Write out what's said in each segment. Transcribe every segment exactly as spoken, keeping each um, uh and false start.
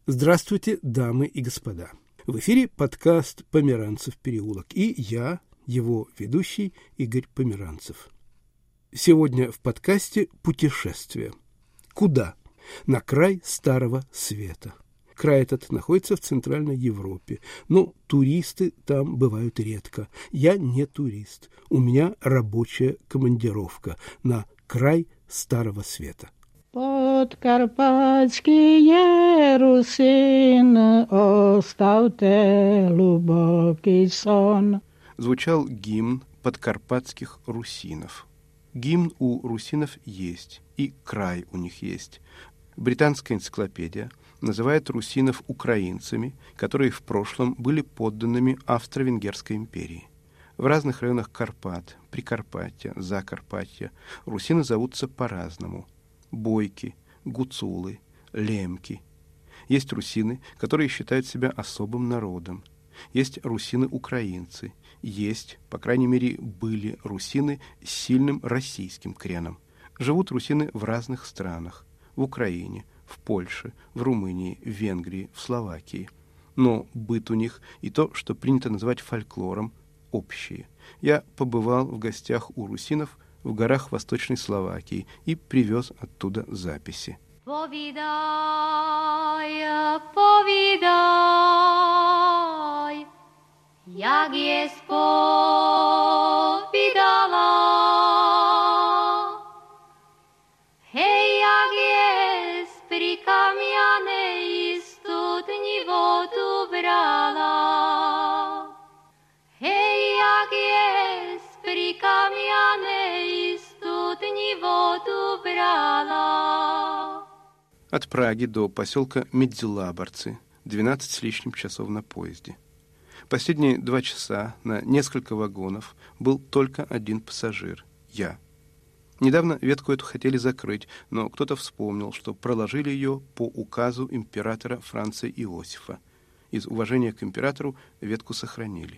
Здравствуйте, дамы и господа. В эфире подкаст «Померанцев переулок» и я, его ведущий Игорь Померанцев. Сегодня в подкасте «Путешествие». Куда? На край Старого Света. Край этот находится в Центральной Европе, но туристы там бывают редко. Я не турист, у меня рабочая командировка на край Старого Света. Podkarpatskие русины, оставьте глубокий сон. Звучал гимн подкарпатских русинов. Гимн у русинов есть, и край у них есть. Британская энциклопедия называет русинов украинцами, которые в прошлом были подданными Австро-Венгерской империи. В разных районах Карпат, Прикарпатья, Закарпатья русины зовутся по-разному. Бойки, гуцулы, лемки. Есть русины, которые считают себя особым народом. Есть русины-украинцы. Есть, по крайней мере, были русины с сильным российским креном. Живут русины в разных странах. В Украине, в Польше, в Румынии, в Венгрии, в Словакии. Но быт у них и то, что принято называть фольклором, общие. Я побывал в гостях у русинов в горах Восточной Словакии и привез оттуда записи. Повідай, повідай, як є сповідала, гей, як є при кам'яній студні воду брала, гей, як є при кам'яній студні воду брала. От Праги до поселка Медзелаборцы, двенадцать с лишним часов на поезде. Последние два часа на несколько вагонов был только один пассажир – я. Недавно ветку эту хотели закрыть, но кто-то вспомнил, что проложили ее по указу императора Франца Иосифа. Из уважения к императору ветку сохранили.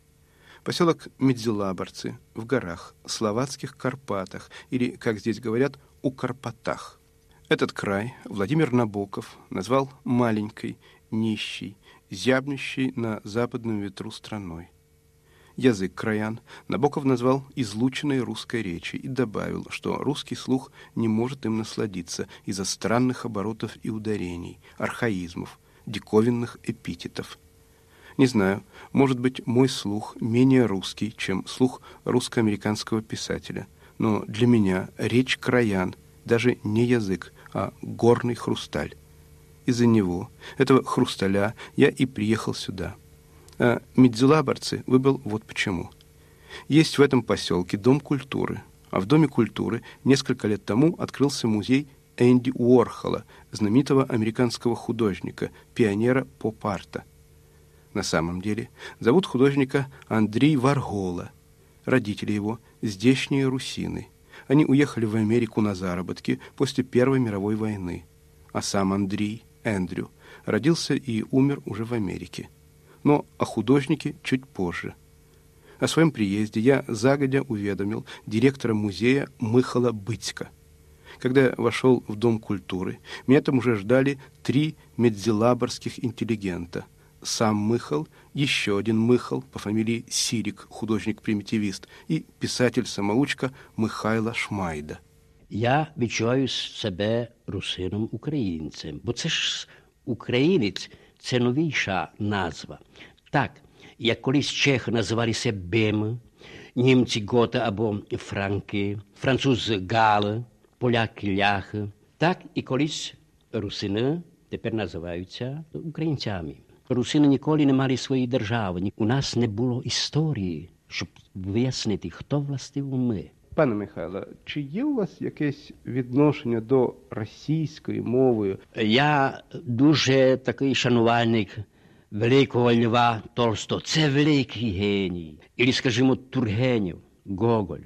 Поселок Медзелаборцы в горах, словацких Карпатах, или, как здесь говорят, у Карпатах. Этот край Владимир Набоков назвал маленькой, нищей, зябнущей на западном ветру страной. Язык краян Набоков назвал излученной русской речи и добавил, что русский слух не может им насладиться из-за странных оборотов и ударений, архаизмов, диковинных эпитетов. Не знаю, может быть, мой слух менее русский, чем слух русско-американского писателя, но для меня речь краян даже не язык, а горный хрусталь. Из-за него, этого хрусталя, я и приехал сюда. А Медзелаборцы выбрал вот почему. Есть в этом поселке Дом культуры, а в Доме культуры несколько лет тому открылся музей Энди Уорхола, знаменитого американского художника, пионера поп-арта. На самом деле зовут художника Андрей Варгола. Родители его – здешние русины. Они уехали в Америку на заработки после Первой мировой войны. А сам Андрей, Эндрю, родился и умер уже в Америке. Но о художнике чуть позже. О своем приезде я загодя уведомил директора музея Михала Быцька. Когда я вошел в Дом культуры, меня там уже ждали три медзелаборских интеллигента. Сам Михал, еще один Михал по фамилии Сирик, художник-примитивист, и писатель-самоучка Михайло Шмайда. Я відчуваю себе русином-українцем, бо це ж українець – це новіша назва. Так, як колись чехи називалися Беми, німці Готи або Франки, французи Гали, поляки Ляхи, так і колись русини тепер називаються українцями. Русини ніколи не мали своєї держави, у нас не було історії, щоб вияснити, хто властиво ми. Пане Михайло, чи є у вас якесь відношення до російської мови? Я дуже такий шанувальник великого Льва Толстого. Це великий геній. Ілі, скажімо, Тургенєв, Гоголь.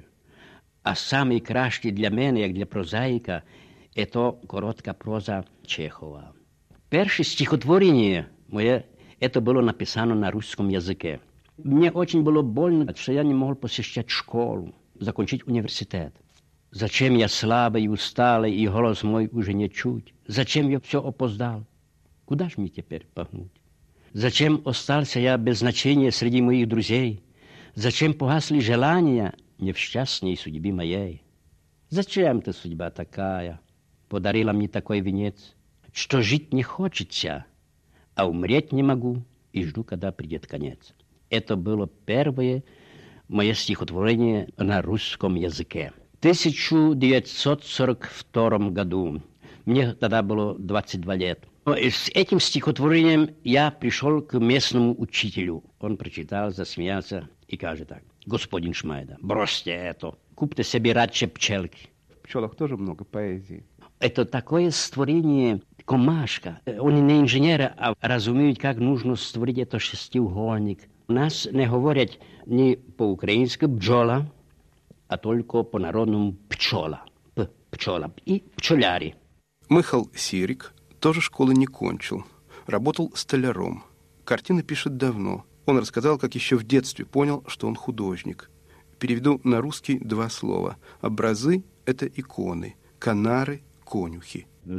А найкраще для мене, як для прозаїка, це коротка проза Чехова. Перше стихотворення моє, це було написано на русском язике. Мне очень было больно, что я не мог посещать школу, закончить университет. Зачем я слабый и усталый, и голос мой уже не чуть? Зачем я все опоздал? Куда ж мне теперь погнуть? Зачем остался я без значения среди моих друзей? Зачем погасли желания не в счастной судьбе моей? Зачем ты, судьба такая, подарила мне такой венец, что жить не хочется, а умереть не могу и жду, когда придет конец. Это было первое мое стихотворение на русском языке. В тысяча девятьсот сорок втором году, мне тогда было двадцать два лет, с этим стихотворением я пришел к местному учителю. Он прочитал, засмеялся и кажет так: господин Шмайда, бросьте это, купите себе радше пчелки. В пчелах тоже много поэзии. Это такое створение комашка. Они не инженеры, а разумеют, как нужно створить это шестиугольник. У нас не говорят не по-украински бджола, а только по-народному пчола. П, пчола. И пчеляри. Михал Сирик тоже школы не кончил. Работал столяром. Картины пишет давно. Он рассказал, как еще в детстве понял, что он художник. Переведу на русский два слова. Образы – это иконы, канари – конюхи. Ну,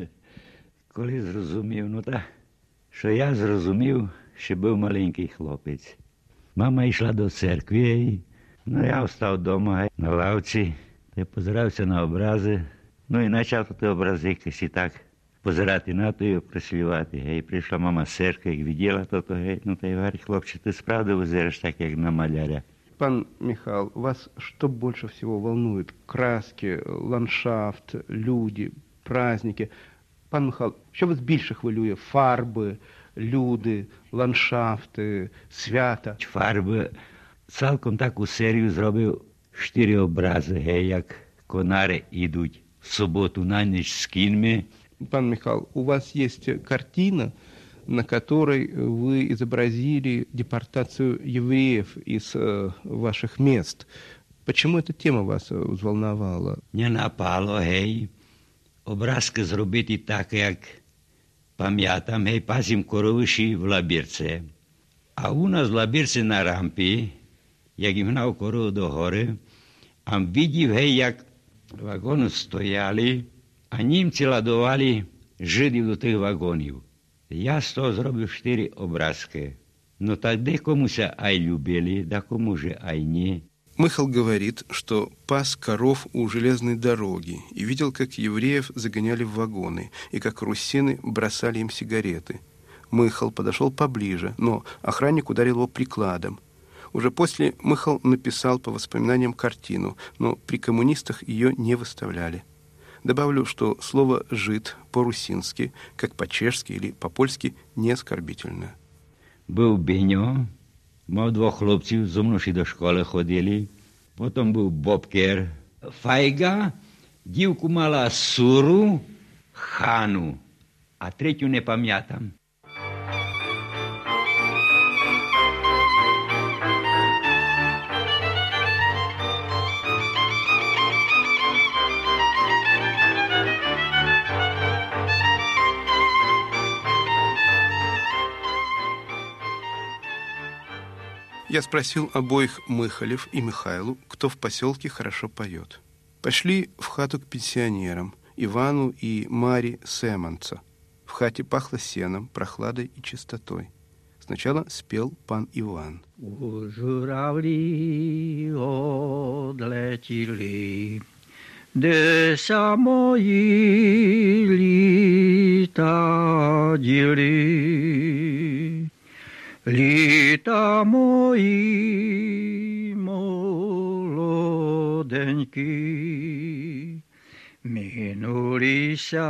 коли зрозумів, ну так, що я зрозумів, що був маленький хлопець. Мама йшла до церкви, ну я встав вдома на лавці, я позирався на образи, ну і почав тут образи якось і так позирати на то і прослівати. Гей, прийшла мама з церкви, як виділа то, то гей, ну та й говорить: хлопче, ти справді визириш так, як на маляря. Пан Михаил, вас что больше всего волнует? Краски, ландшафт, люди, праздники? Пан Михаил, що вас більше хвилює? Фарби, люди, ландшафти, свята? Фарби цілком таку серію зробив чотири образи, гей, як конари йдуть в суботу на ніч з кіньми. Пан Михаил, у вас есть картина, на которой вы изобразили депортацию евреев из э, ваших мест. Почему эта тема вас взволновала? Не напало, гей, образки зробити так, як пам'ятам, гей, пасім коровиші в Лабірці. А у нас в Лабірці на рампі, як їм гнав корову до гори, а видів, гей, як вагони стояли, а німці ладували жидів до тих вагонів. Я з того зробив чотири образки. Но тоді комусь ай любили, да кому же ай не. Михал говорит, что пас коров у железной дороги и видел, как евреев загоняли в вагоны и как русины бросали им сигареты. Михал подошел поближе, но охранник ударил его прикладом. Уже после Михал написал по воспоминаниям картину, но при коммунистах ее не выставляли. Добавлю, что слово «жид» по-русински, как по-чешски или по-польски, не оскорбительное. Був Беньо, мав двох хлопців, зо мною ще до школи ходили. Потім був Бобкер. Файга, дівку мала Суру, Хану, а третю не пам'ятам. Я спросил обоих Михалев и Михайлу, кто в поселке хорошо поет. Пошли в хату к пенсионерам, Ивану и Маре Семанца. В хате пахло сеном, прохладой и чистотой. Сначала спел пан Иван. У журавли одлетели, де самої літа діли. Літа мої молоденькі, минулися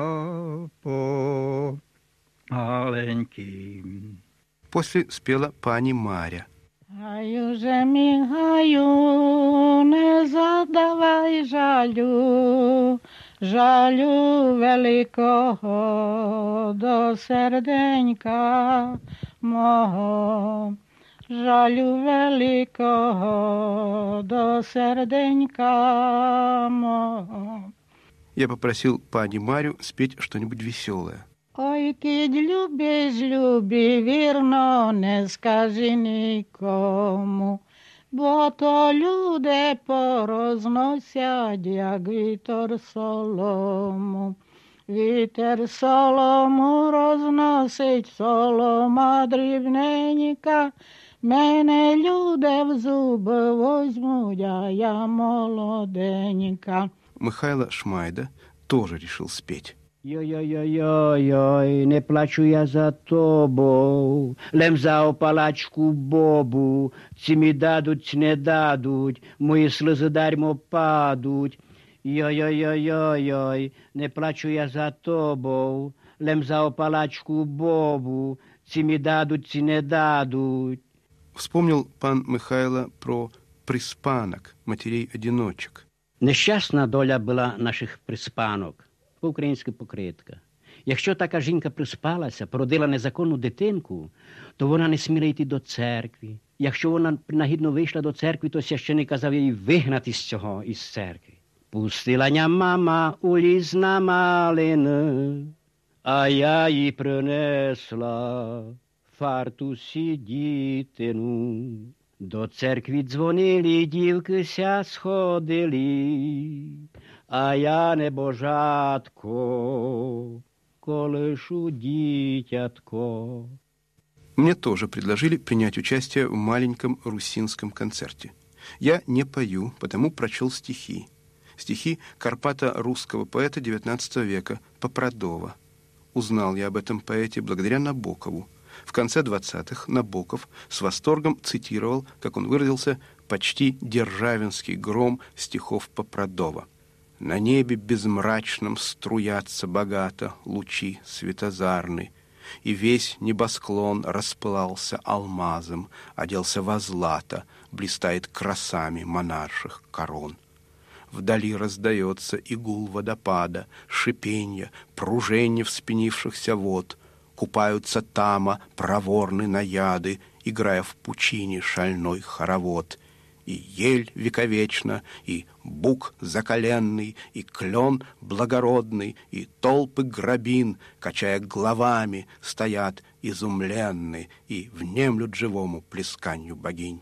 помаленькі. После спела пани Маря. Гаю же мій гаю, не задавай жалю, жалю великого до серденька мого, жалю великого до серденька мого. Я попросил пани Марю спеть что-нибудь веселое. Ой, кидь любі, любі, вірно, не скажи нікому, бо то люди порозносять, як вітер солому. Вітер солому розносить, солома дрібненька, мене люди в зуби возьмуть, а я молоденька. Михайло Шмайда тоже решил спеть. Йой-йой-йой-йой, не плачу я за тобою, лем за опалачку бобу, ці мі дадуть, не дадуть, мої сльози дармо падуть. Йой-йой-йой-йой, не плачу я за тобою, лем за опалачку бобу, ці мі дадуть, ці не дадуть. Вспомнил пан Михайло про приспанок, матерей-одиночек. Нещасна доля була наших приспанок. По-українськи покритка. Якщо така жінка приспалася, породила незаконну дитинку, то вона не сміла йти до церкви. Якщо вона принагідно вийшла до церкви, то священик казав їй вигнати з цього, із церкви. Пустила ня мама у ліс на малини, а я їй принесла фартусі дітину. До церкви дзвонили, дівки ся сходили, а я небожатко, колишу дитятко. Мне тоже предложили принять участие в маленьком русинском концерте. Я не пою, потому прочел стихи. Стихи карпато-русского поэта девятнадцатого века Попродова. Узнал я об этом поэте благодаря Набокову. В конце двадцатых Набоков с восторгом цитировал, как он выразился, почти державинский гром стихов Попродова. «На небе безмрачном струятся богато лучи светозарны, и весь небосклон расплылался алмазом, оделся во злато, блистает красами монарших корон. Вдали раздается и гул водопада, шипенье, пруженье вспенившихся вод, купаются тама проворны наяды, играя в пучине шальной хоровод. И ель вековечна, и бук закаленный, и клен благородный, и толпы грабин, качая головами, стоят изумленны и внемлют живому плесканью богинь».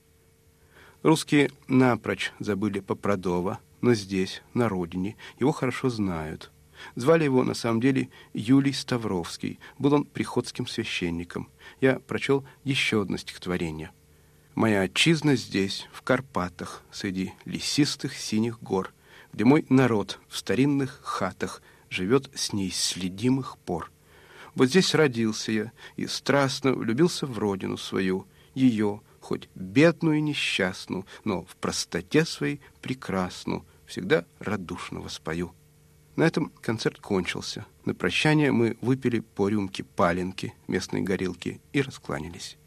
Русские напрочь забыли Попродова, но здесь, на родине, его хорошо знают. Звали его, на самом деле, Юлий Ставровский. Был он приходским священником. Я прочел еще одно стихотворение. «Моя отчизна здесь, в Карпатах, среди лесистых синих гор, где мой народ в старинных хатах живет с неисследимых пор. Вот здесь родился я и страстно влюбился в родину свою, ее, хоть бедную и несчастную, но в простоте своей прекрасную, всегда радушно воспою». На этом концерт кончился. На прощание мы выпили по рюмке паленки, местной горилки, и раскланялись.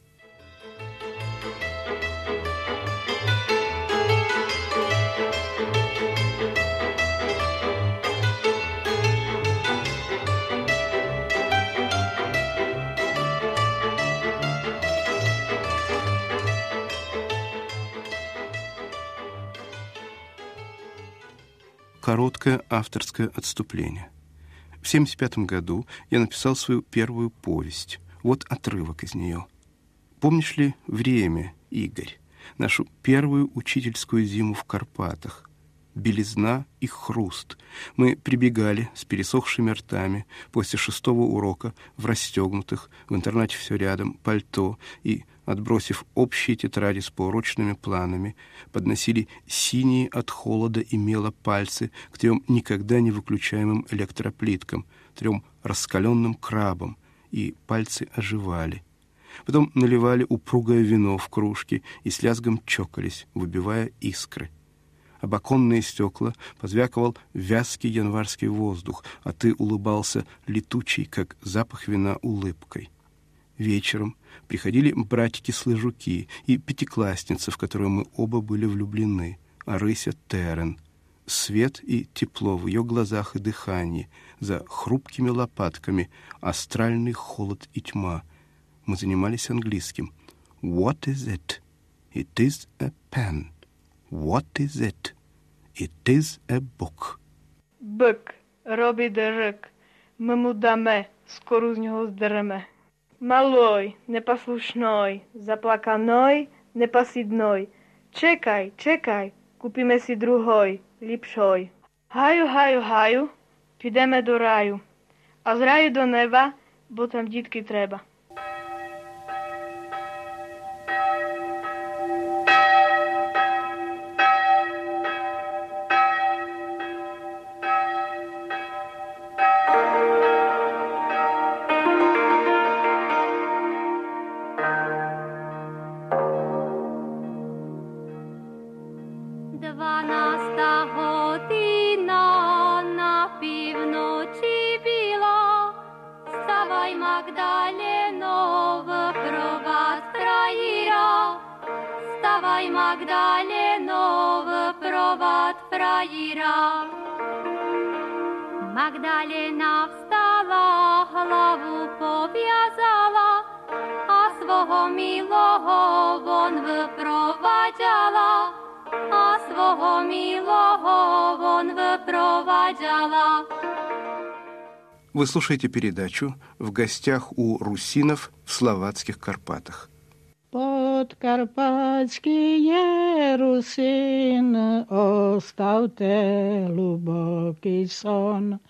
Короткое авторское отступление. В семьдесят пятом году я написал свою первую повесть. Вот отрывок из нее. Помнишь ли время, Игорь, нашу первую учительскую зиму в Карпатах? Белизна и хруст. Мы прибегали с пересохшими ртами после шестого урока в расстегнутых, в интернате все рядом, пальто и, отбросив общие тетради с поурочными планами, подносили синие от холода и мела пальцы к трем никогда не выключаемым электроплиткам, трем раскаленным крабам, и пальцы оживали. Потом наливали упругое вино в кружки и с лязгом чокались, выбивая искры. Об оконные стекла позвякивал вязкий январский воздух, а ты улыбался летучей, как запах вина, улыбкой. Вечером приходили братики-слыжуки и пятиклассница, в которую мы оба были влюблены, Арыся Терен. Свет и тепло в ее глазах и дыхании, за хрупкими лопатками, астральный холод и тьма. Мы занимались английским. What is it? It is a pen. What is it? It is a book. Byk robi dyrek, my mu damy, skoro z niego zderemy. Maloj, nepaslušnoj, zaplakanoj, nepasidnoj. Czekaj, czekaj, kupimy si druhoj, lipšoj. Haju, haju, haju, підемо до раю, а з раю до неба, бо там дітки треба. Дванадцята година на півночі біла, вставай, Магдалено, в провад фраїра, вставай, Магдалено, в провад фраїра. Магдалена встала, главу пов'язала, а свого милого вон випроваджала, а свого милого вон выпроводила. Вы слушаете передачу «В гостях у русинов в Словацких Карпатах». Podkarpatský Rusín, ostavte hluboký son.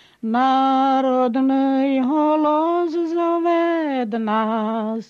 Národný holos zoved nás,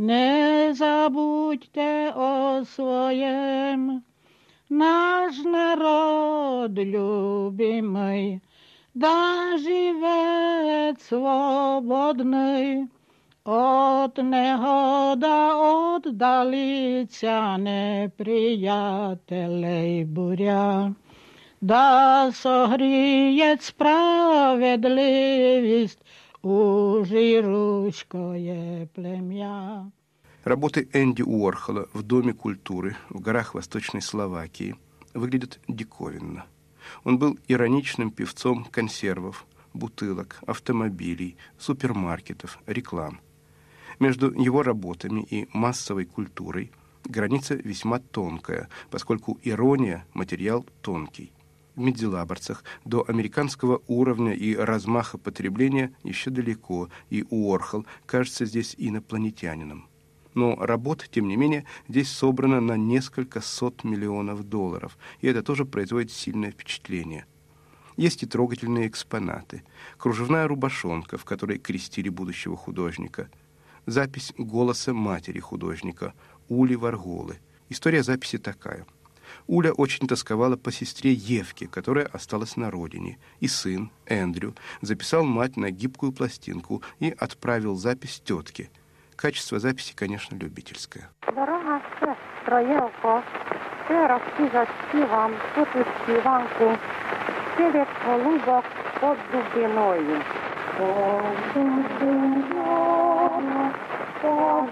nezabuďte o svojem. Náš narod ľubimý, dá živeť svobodný. Od nehoda oddaliť sa nepriatelej buria. Dá sohrieť spravedlivosť, uží русское племя. Работы Энди Уорхола в Доме культуры в горах Восточной Словакии выглядят диковинно. Он был ироничным певцом консервов, бутылок, автомобилей, супермаркетов, реклам. Между его работами и массовой культурой граница весьма тонкая, поскольку ирония – материал тонкий. В Медзилабарцах до американского уровня и размаха потребления еще далеко, и Уорхол кажется здесь инопланетянином. Но работа, тем не менее, здесь собрана на несколько сот миллионов долларов, и это тоже производит сильное впечатление. Есть и трогательные экспонаты. Кружевная рубашонка, в которой крестили будущего художника. Запись голоса матери художника, Ули Варголы. История записи такая. Уля очень тосковала по сестре Евке, которая осталась на родине, и сын, Эндрю, записал мать на гибкую пластинку и отправил запись тетке. Качество записи, конечно, любительское. Дорога сестро Євко, зараз ті заспівам тут у співанку «Сивець голубок под дубиною». Под дубиною, под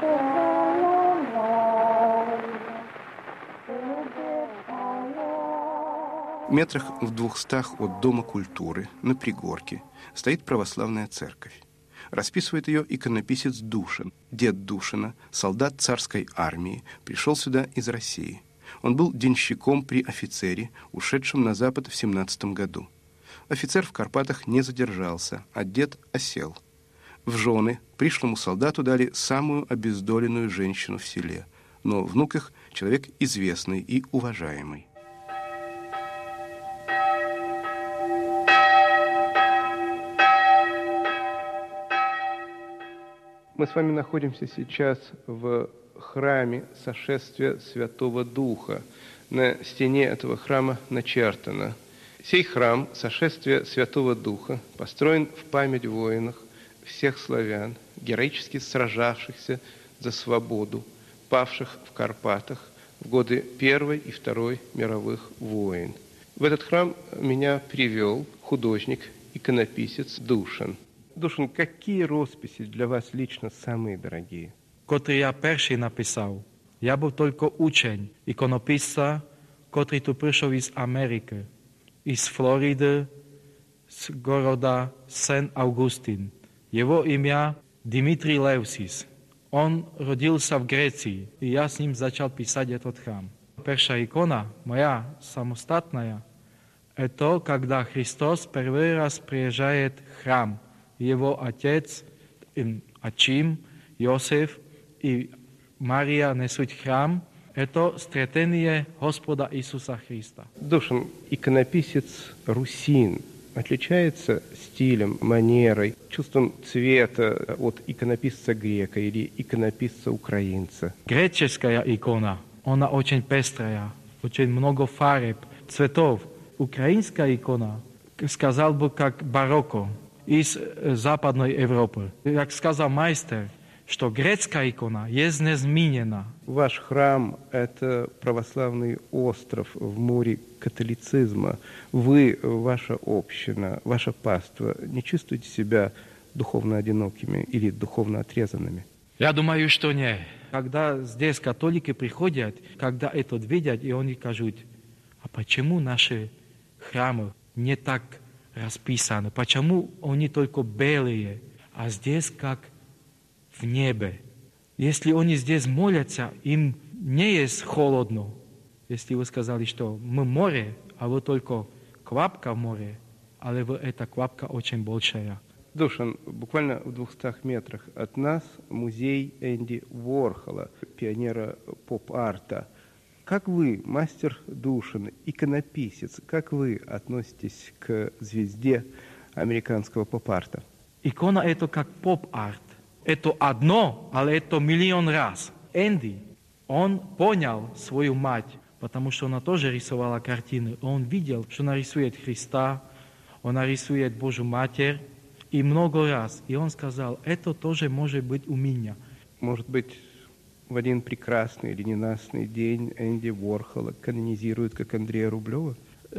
зеленою. Метрах в двухстах от Дома культуры на пригорке стоит православная церковь. Расписывает ее иконописец Душин. Дед Душина, солдат царской армии, пришел сюда из России. Он был денщиком при офицере, ушедшем на Запад в семнадцатом году. Офицер в Карпатах не задержался, а дед осел. В жены пришлому солдату дали самую обездоленную женщину в селе, но внук их человек известный и уважаемый. Мы с вами находимся сейчас в храме Сошествия Святого Духа. На стене этого храма начертано: «Сей храм Сошествия Святого Духа построен в память воинов всех славян, героически сражавшихся за свободу, павших в Карпатах в годы Первой и Второй мировых войн». В этот храм меня привел художник, иконописец Душин. Душин, какие росписи для вас лично самые дорогие? Котрий я перший написав. Я був тільки учень, іконописця, котрий тут прийшов із Америки, із Флориди, з города Сен-Августин. Его имя Дмитрий Левсис. Он родился в Греции, и я с ним начал писать этот храм. Первая икона, моя самостоятельная, это когда Христос первый раз приезжает в храм. Его отец, отчим, Йосиф и Мария несут храм. Это встретение Господа Иисуса Христа. Душин, иконописец русин, отличается стилем, манерой, чувством цвета от иконописца грека или иконописца украинца? Греческая икона, она очень пестрая, очень много фарб, цветов. Украинская икона, сказал бы, как барокко из Западной Европы. Как сказал майстер, что грецкая икона есть неизменена. Ваш храм – это православный остров в море католицизма. Вы, ваша община, ваша паства не чувствуете себя духовно одинокими или духовно отрезанными? Я думаю, что нет. Когда здесь католики приходят, когда это видят, и они скажут, а почему наши храмы не так расписаны? Почему они только белые, а здесь как в небе? Если они здесь молятся, им не есть холодно. Если вы сказали, что мы море, а вы только квапка в море, але вы эта квапка очень большая. Душан, буквально в двухстах метрах от нас музей Энди Уорхола, пионера поп-арта. Как вы, мастер Душан, иконописец, как вы относитесь к звезде американского поп-арта? Икона – это как поп-арт. Это одно, але это миллион раз. Энди, он понял свою мать, потому что она тоже рисовала картины. Он видел, что она рисует Христа, она рисует Божью Матерь, и много раз. И он сказал, это тоже может быть у меня. Может быть, в один прекрасный или ненастный день Энди Уорхола канонизируют как Андрея Рублева?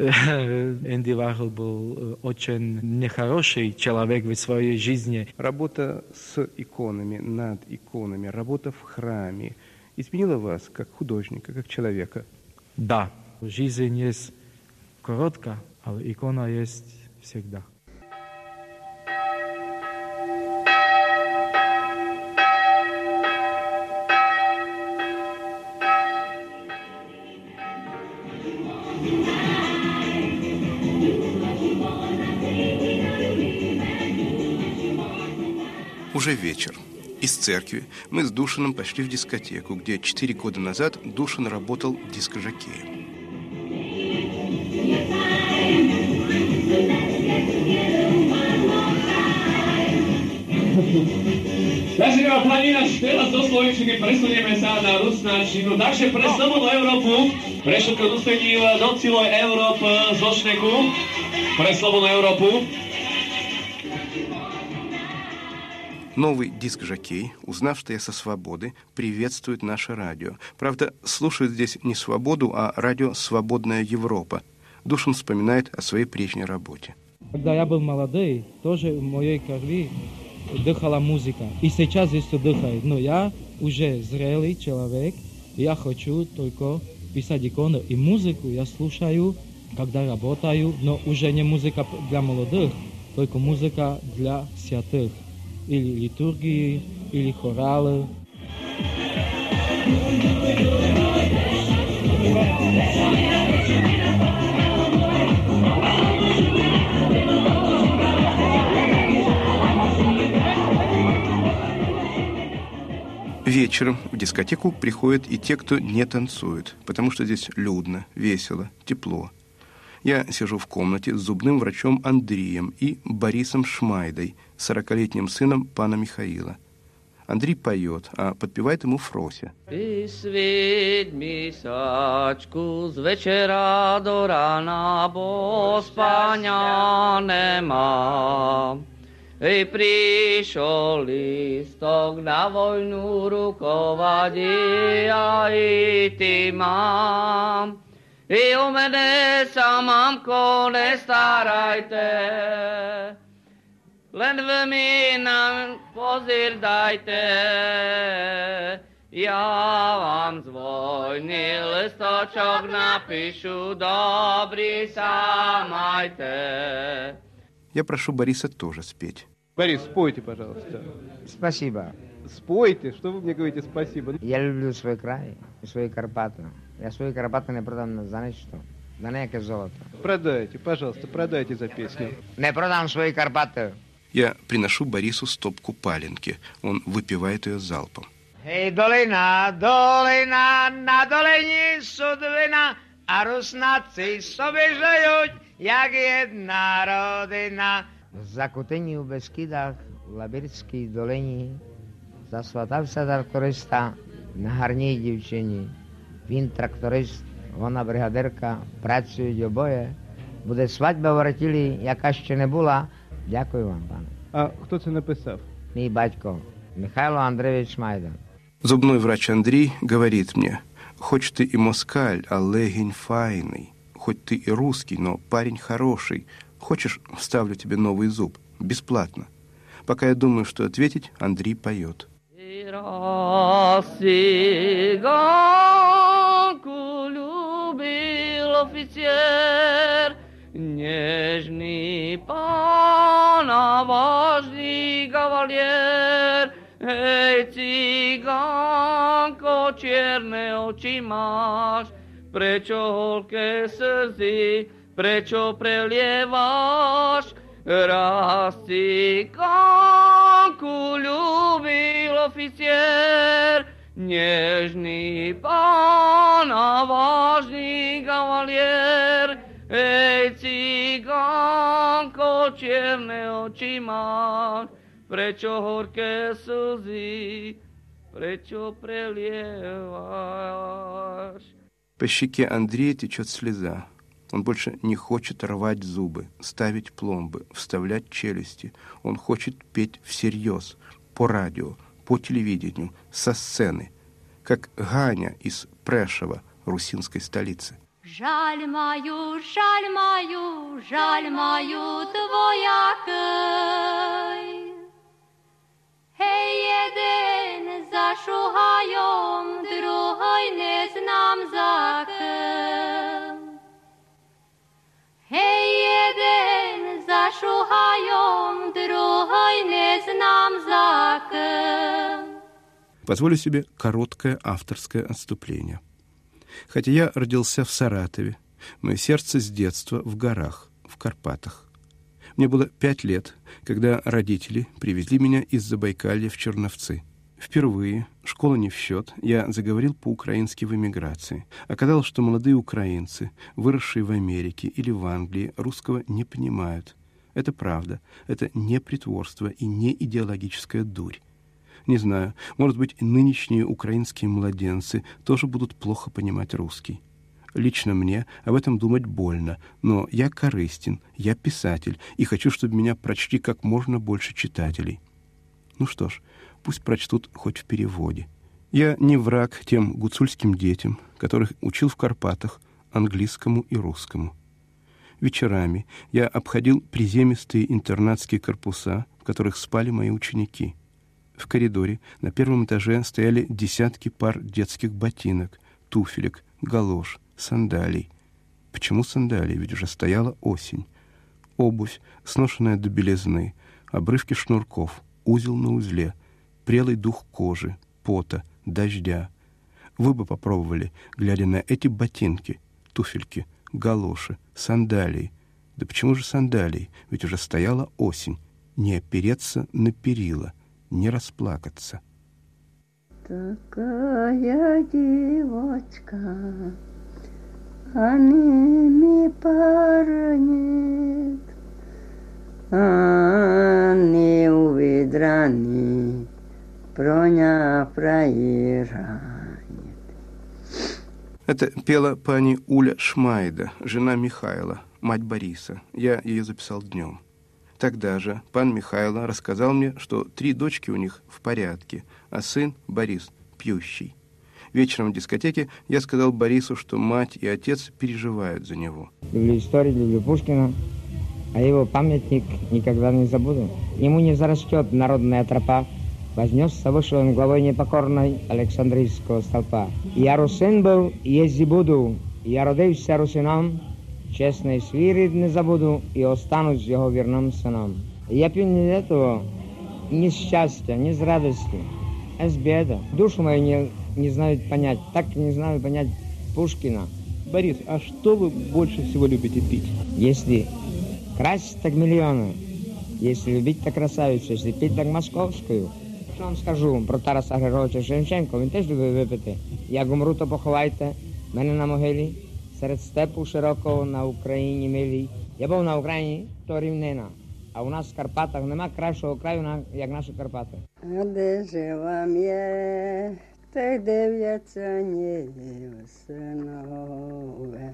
Энди Уорхол был очень нехороший человек в своей жизни. Работа с иконами, над иконами, работа в храме изменила вас как художника, как человека? Да. Жизнь есть короткая, а икона есть всегда. Уже вечер. Из церкви мы с Душаном пошли в дискотеку, где четыре года назад Душан работал дискожокеем. Zaživá planina štela zo Slovenčiny, presunieme sa na Rusnáčinu. Takže pre slobodnú Európu, pre všetko dostojnív do celej Európy zo Šneku, pre slobodnú Európu. Новый диск-жокей, узнав, что я со свободы, приветствует наше радио. Правда, слушают здесь не свободу, а радио «Свободная Европа». Душан вспоминает о своей прежней работе. Когда я был молодой, тоже в моей крови дыхала музыка. И сейчас еще дыхает. Но я уже зрелый человек, и я хочу только писать иконы. И музыку я слушаю, когда работаю, но уже не музыка для молодых, только музыка для святых. Или литургии, или хоралы. Вечером в дискотеку приходят и те, кто не танцует, потому что здесь людно, весело, тепло. Я сижу в комнате с зубным врачом Андреем и Борисом Шмайдой, сорокалетним сыном пана Михаила. Андрей поет, а подпевает ему Фрося. Ty svít mi sáčku z večera do rána, bo spania nemám. I prišiel listok na vojnu rukovadí a íti mám. I o mene sa, mamko, nestarajte, len vy mi nám pozір dajte. Ja vám z vojny listočok napíšu, dobrý sa majte. Я прошу Бориса тоже спеть. Борис, спойте, пожалуйста. Спасибо. Спойте, что вы мне говорите спасибо? Я люблю свой край и свои Карпаты. Я свои Карпаты не продам за ничто, за некое золото. Продайте, пожалуйста, продайте за песню. Не продам свои Карпаты. Я приношу Борису стопку паленки. Он выпивает ее залпом. Ей, долина, долина, на долині судвина, а руснаци собі жають, як jedna родина. Закутені у Бескидах, в Лабірській долині, засватався тракториста на гарній дівчині. Він тракторист, вона бригадирка, працюють обоє. Буде свадьба в Аратілі, яка ще не була. Дякую вам, пане. А хто це написав? Мій батько, Михайло Андреевич Шмайда. Зубной врач Андрей говорит мне: хоть ты и москаль, а легень файный. Хоть ты и русский, но парень хороший. Хочешь, вставлю тебе новый зуб? Бесплатно. Пока я думаю, что ответить, Андрей поет. Офицер, нежный пан, а важный кавалер. Эй, цыганко, черные очи маш, пречо голке слезы, пречо прелеваш. Раз цыганку любил офицер, нежный пан, а важный кавалер. Эй, цыганко, черные очи маш, пречо горке слезы, пречо прелеваш. По щеке Андрея течет слеза. Он больше не хочет рвать зубы, ставить пломбы, вставлять челюсти. Он хочет петь всерьез, по радио, по телевидению, со сцены, как Ганя из Прешева, русинской столицы. Жаль мою, жаль мою, жаль мою твоякой. Ей, jeden зашугаем, другой не знам за кем. Ей, jeden зашугаем, другой не знам за кем. Позволю себе короткое авторское отступление. Хотя я родился в Саратове, мое сердце с детства в горах, в Карпатах. Мне было пять лет, когда родители привезли меня из Забайкалья в Черновцы. Впервые, школа не в счет, я заговорил по-украински в эмиграции. Оказалось, что молодые украинцы, выросшие в Америке или в Англии, русского не понимают. Это правда, это не притворство и не идеологическая дурь. Не знаю, может быть, нынешние украинские младенцы тоже будут плохо понимать русский. Лично мне об этом думать больно, но я корыстен, я писатель, и хочу, чтобы меня прочли как можно больше читателей. Ну что ж, пусть прочтут хоть в переводе. Я не враг тем гуцульским детям, которых учил в Карпатах английскому и русскому. Вечерами я обходил приземистые интернатские корпуса, в которых спали мои ученики. В коридоре на первом этаже стояли десятки пар детских ботинок, туфелек, галош, сандалий. Почему сандалии? Ведь уже стояла осень. Обувь, сношенная до белизны, обрывки шнурков, узел на узле, прелый дух кожи, пота, дождя. Вы бы попробовали, глядя на эти ботинки, туфельки, галоши, сандалии. Да почему же сандалии? Ведь уже стояла осень. Не опереться на перила, не расплакаться. Такая девочка, а ними пара нет, а не увидрани, проня проезжает. Это пела пани Уля Шмайда, жена Михайла, мать Бориса. Я ее записал днем. Тогда же пан Михайло рассказал мне, что три дочки у них в порядке, а сын, Борис, пьющий. Вечером в дискотеке я сказал Борису, что мать и отец переживают за него. Люблю историю, люблю Пушкина, а его памятник никогда не забуду. Ему не зарастет народная тропа, вознесся выше он главой непокорной Александрийского столпа. Я русин был, езді буду, я родився русином, честный свій рід не забуду и останусь его верным сыном. Я пью не для этого, ни счастья, ни с радости, а с беда. Душу мою не, не знают понять, так не знаю понять Пушкина. Борис, а что вы больше всего любите пить? Если красть, так миллионы. Если любить, так красавицю. Если пить, так московською. Що вам скажу про Тараса Григоровича Шевченка, він теж любив випити. Як умру, то поховайте мене на могилі, серед степу широкого на Україні милій. Я був на Україні, то рівнина. А у нас в Карпатах нема кращого краю, як наші Карпати. А де же вам є, та й дивляться ні синове.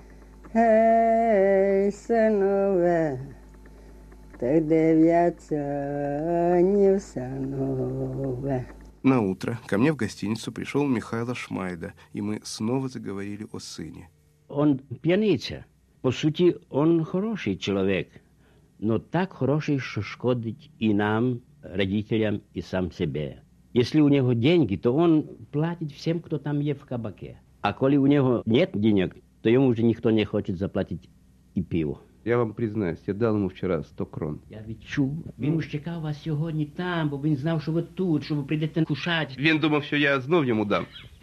Гей, синове, та й дивляться ні синове. На утро ко мне в гостиницу пришел Михайло Шмайда, и мы снова заговорили о сыне. Он п'яниця. По суті, он хороший чоловік, но так хороший, що шкодить і нам, родителям, і сам себе. Если у него деньги, то он платит всем, кто там є в кабаке. А коли у него нет денег, то ему уже никто не хочет заплатить и пиво. Я вам признаюсь, я дал ему вчера сто крон. Я відчув. Він ж чекав вас сьогодні там, бо він знав, що ви тут, що ви прийдете кушати. Він думав, що я знов йому дам.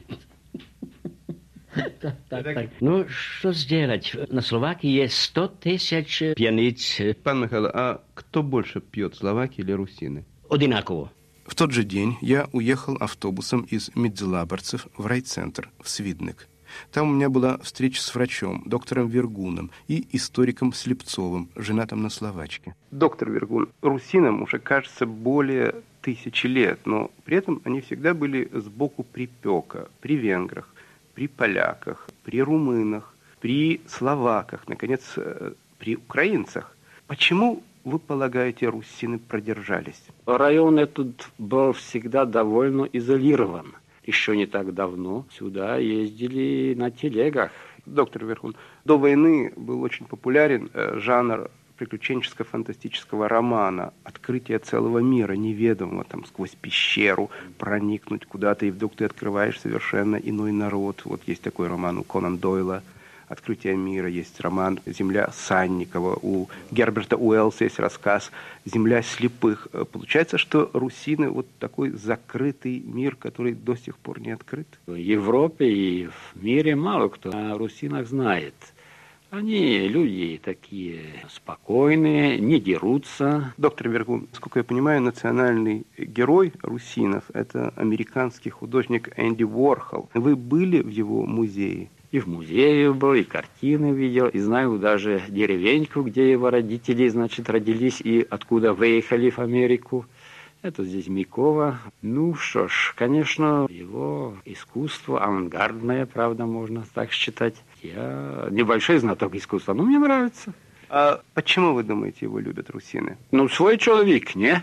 Так, так, так. Ну, що зробити? На Словакії є сто тисяч п'яниць. Пан Михайло, а кто больше пьет, словаки или русины? Одинаково. В тот же день я уехал автобусом из Медзелаборцев в райцентр, в Свидник. Там у меня была встреча с врачом, доктором Вергуном и историком Слепцовым, женатым на словачке. Доктор Вергун, русинам уже, кажется, более тысячи лет, но при этом они всегда были сбоку припека, при венграх, при поляках, при румынах, при словаках, наконец, при украинцах. Почему, вы полагаете, русины продержались? Район этот был всегда довольно изолирован. Еще не так давно сюда ездили на телегах. Доктор Верхун, до войны был очень популярен э, жанр приключенческо-фантастического романа, открытие целого мира, неведомого, там, сквозь пещеру проникнуть куда-то, и вдруг ты открываешь совершенно иной народ. Вот есть такой роман у Конан Дойла «Открытие мира», есть роман «Земля Санникова», у Герберта Уэллса есть рассказ «Земля слепых». Получается, что русины вот такой закрытый мир, который до сих пор не открыт? В Европе и в мире мало кто о русинах знает. Они люди такие спокойные, не дерутся. Доктор Вергун, насколько я понимаю, национальный герой русинов – это американский художник Энди Уорхол. Вы были в его музее? И в музее был, и картины видел, и знаю даже деревеньку, где его родители, значит, родились и откуда выехали в Америку. Это здесь Микова. Ну что ж, конечно, его искусство авангардное, правда, можно так считать. Я небольшой знаток искусства, но мне нравится. А почему, вы думаете, его любят русины? Ну, свой человек, не?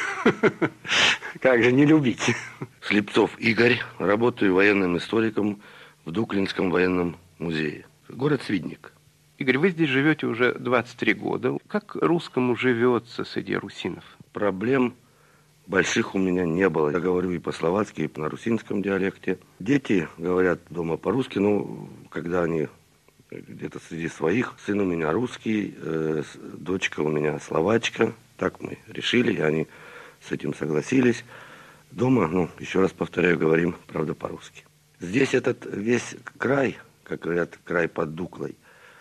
Как же не любить? Слепцов Игорь, работаю военным историком в Дуклинском военном музее. Город Свидник. Игорь, вы здесь живете уже двадцать три года. Как русскому живется среди русинов? Проблем больших у меня не было. Я говорю и по-словацки, и на русинском диалекте. Дети говорят дома по-русски, но когда они где-то среди своих, сын у меня русский, э, дочка у меня словачка. Так мы решили, и они с этим согласились. Дома, ну, еще раз повторяю, говорим, правда, по-русски. Здесь этот весь край, как говорят, край под Дуклой,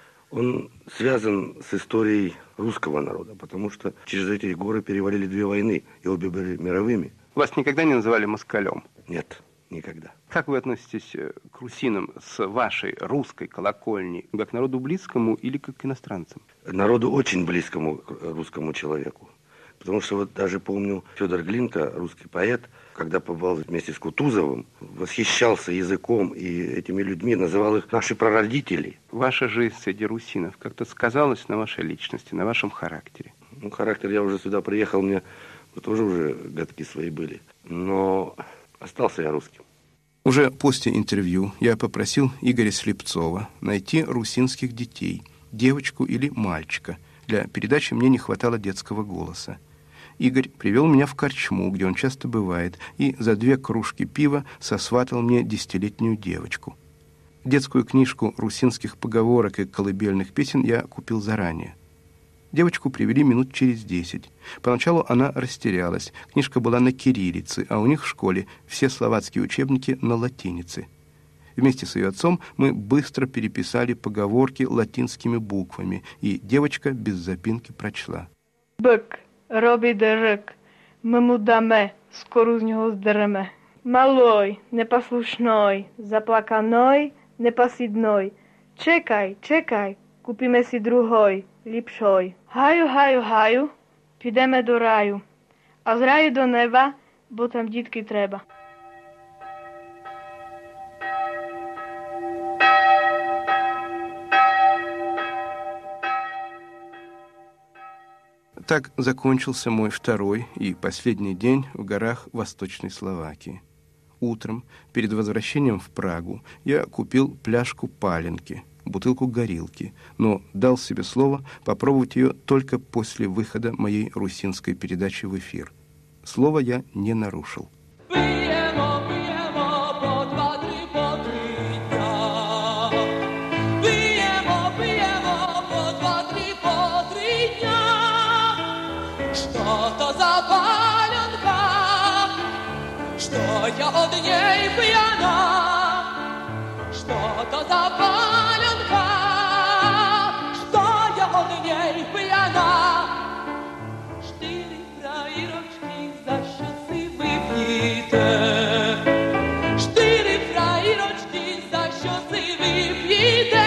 он связан с историей русского народа, потому что через эти горы перевалили две войны, и обе были мировыми. Вас никогда не называли москалем? Нет, никогда. Как вы относитесь к русинам с вашей русской колокольни, как к народу близкому или как к иностранцам? Народу очень близкому русскому человеку. Потому что вот даже помню, Федор Глинка, русский поэт, когда побывал вместе с Кутузовым, восхищался языком и этими людьми, называл их наши прародители. Ваша жизнь среди русинов как-то сказалась на вашей личности, на вашем характере? Ну, характер, я уже сюда приехал, мне тоже уже годки свои были. Но остался я русским. Уже после интервью я попросил Игоря Слепцова найти русинских детей, девочку или мальчика. Для передачи мне не хватало детского голоса. Игорь привел меня в корчму, где он часто бывает, и за две кружки пива сосватал мне десятилетнюю девочку. Детскую книжку русинских поговорок и колыбельных песен я купил заранее. Девочку привели минут через десять. Поначалу она растерялась. Книжка была на кириллице, а у них в школе все словацкие учебники на латинице. Вместе с ее отцом мы быстро переписали поговорки латинскими буквами, и девочка без запинки прочла. Бык робить дырок, мы му даме, скоро з нього здереме. Малой, непослушной, заплаканой, непосидной. Чекай, чекай, купíme si druhoj, ліпшой. Гаю, гаю, гаю, підемо до раю. А з раю до неба, бо там дітки треба. Так закончился мой второй и последний день в горах Восточной Словакии. Утром, перед возвращением в Прагу, я купил пляжку паленки, бутылку горилки, но дал себе слово попробовать ее только после выхода моей русинской передачи в эфир. Слово я не нарушил. Я от ней пьяна, что то за паленка, что я от ней пьяна. Штыри фраирочки за щасы выпьете, штыри фраирочки за щасы выпьете.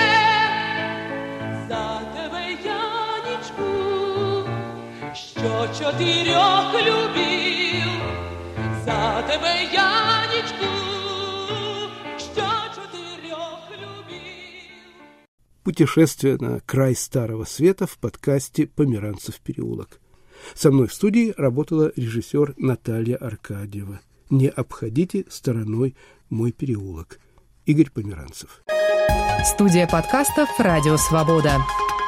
За тебе, Янечку, що чотирьох любил. За тебе, Янечку, що чотирьох любив. Путешествие на край Старого Света в подкасте «Померанцев переулок». Со мной в студии работала режиссер Наталья Аркадьева. Не обходите стороной мой переулок. Игорь Померанцев. Студия подкастов «Радио Свобода».